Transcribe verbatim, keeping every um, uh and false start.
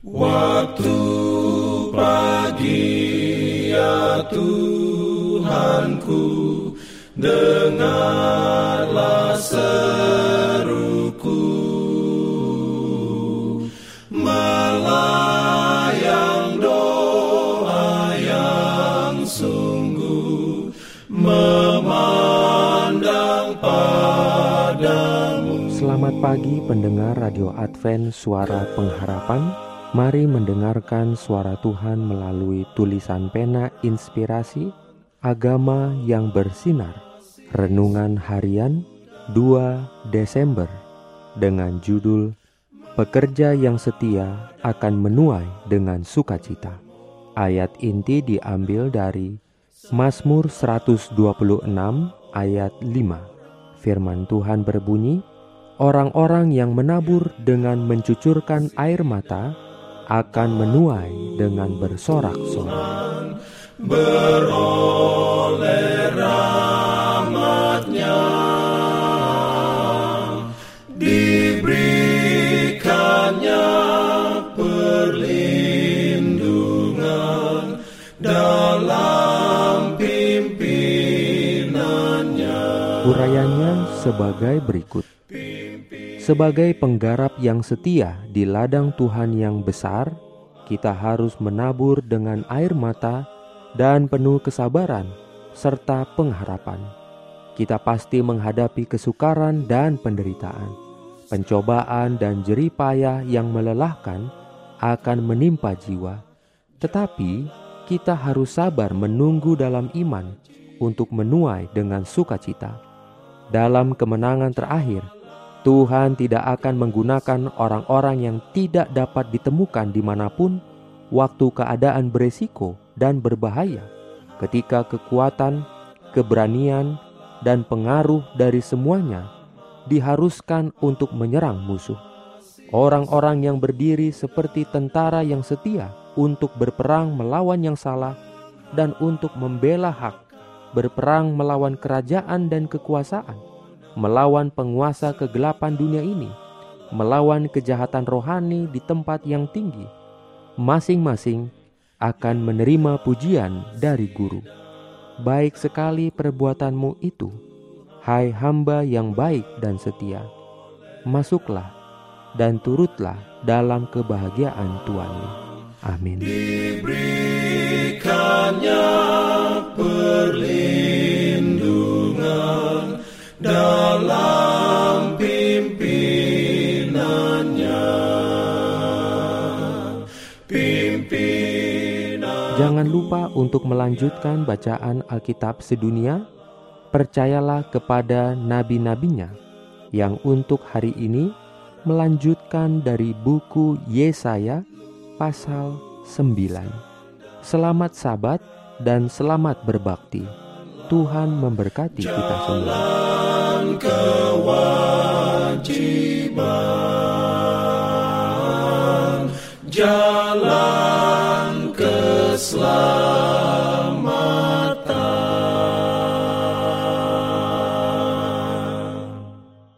Waktu pagi ya Tuhanku, dengarlah seruku, melayang doa yang sungguh, memandang padamu. Selamat pagi pendengar Radio Advent Suara Pengharapan. Mari mendengarkan suara Tuhan melalui tulisan pena inspirasi Agama yang Bersinar. Renungan harian dua Desember dengan judul Pekerja yang setia akan menuai dengan sukacita. Ayat inti diambil dari Mazmur seratus dua puluh enam ayat lima. Firman Tuhan berbunyi, orang-orang yang menabur dengan mencucurkan air mata akan menuai dengan bersorak-sorak. Beroleh rahmat-Nya, diberikannya perlindungan dalam pimpinannya. Urayanya sebagai berikut. Sebagai penggarap yang setia di ladang Tuhan yang besar, kita harus menabur dengan air mata dan penuh kesabaran serta pengharapan. Kita pasti menghadapi kesukaran dan penderitaan. Pencobaan dan jerih payah yang melelahkan akan menimpa jiwa. Tetapi kita harus sabar menunggu dalam iman untuk menuai dengan sukacita. Dalam kemenangan terakhir, Tuhan tidak akan menggunakan orang-orang yang tidak dapat ditemukan dimanapun waktu keadaan beresiko dan berbahaya, ketika kekuatan, keberanian, dan pengaruh dari semuanya diharuskan untuk menyerang musuh. Orang-orang yang berdiri seperti tentara yang setia untuk berperang melawan yang salah dan untuk membela hak, berperang melawan kerajaan dan kekuasaan, melawan penguasa kegelapan dunia ini, melawan kejahatan rohani di tempat yang tinggi, masing-masing akan menerima pujian dari Guru. Baik sekali perbuatanmu itu, hai hamba yang baik dan setia. Masuklah dan turutlah dalam kebahagiaan Tuhanmu. Amin. Diberikannya perlindungan dalam pimpinannya. Pimpinan. Jangan lupa untuk melanjutkan bacaan Alkitab sedunia. Percayalah kepada nabi-nabinya yang untuk hari ini melanjutkan dari buku Yesaya pasal sembilan. Selamat Sabat dan selamat berbakti. Tuhan memberkati kita semua. Kewajiban.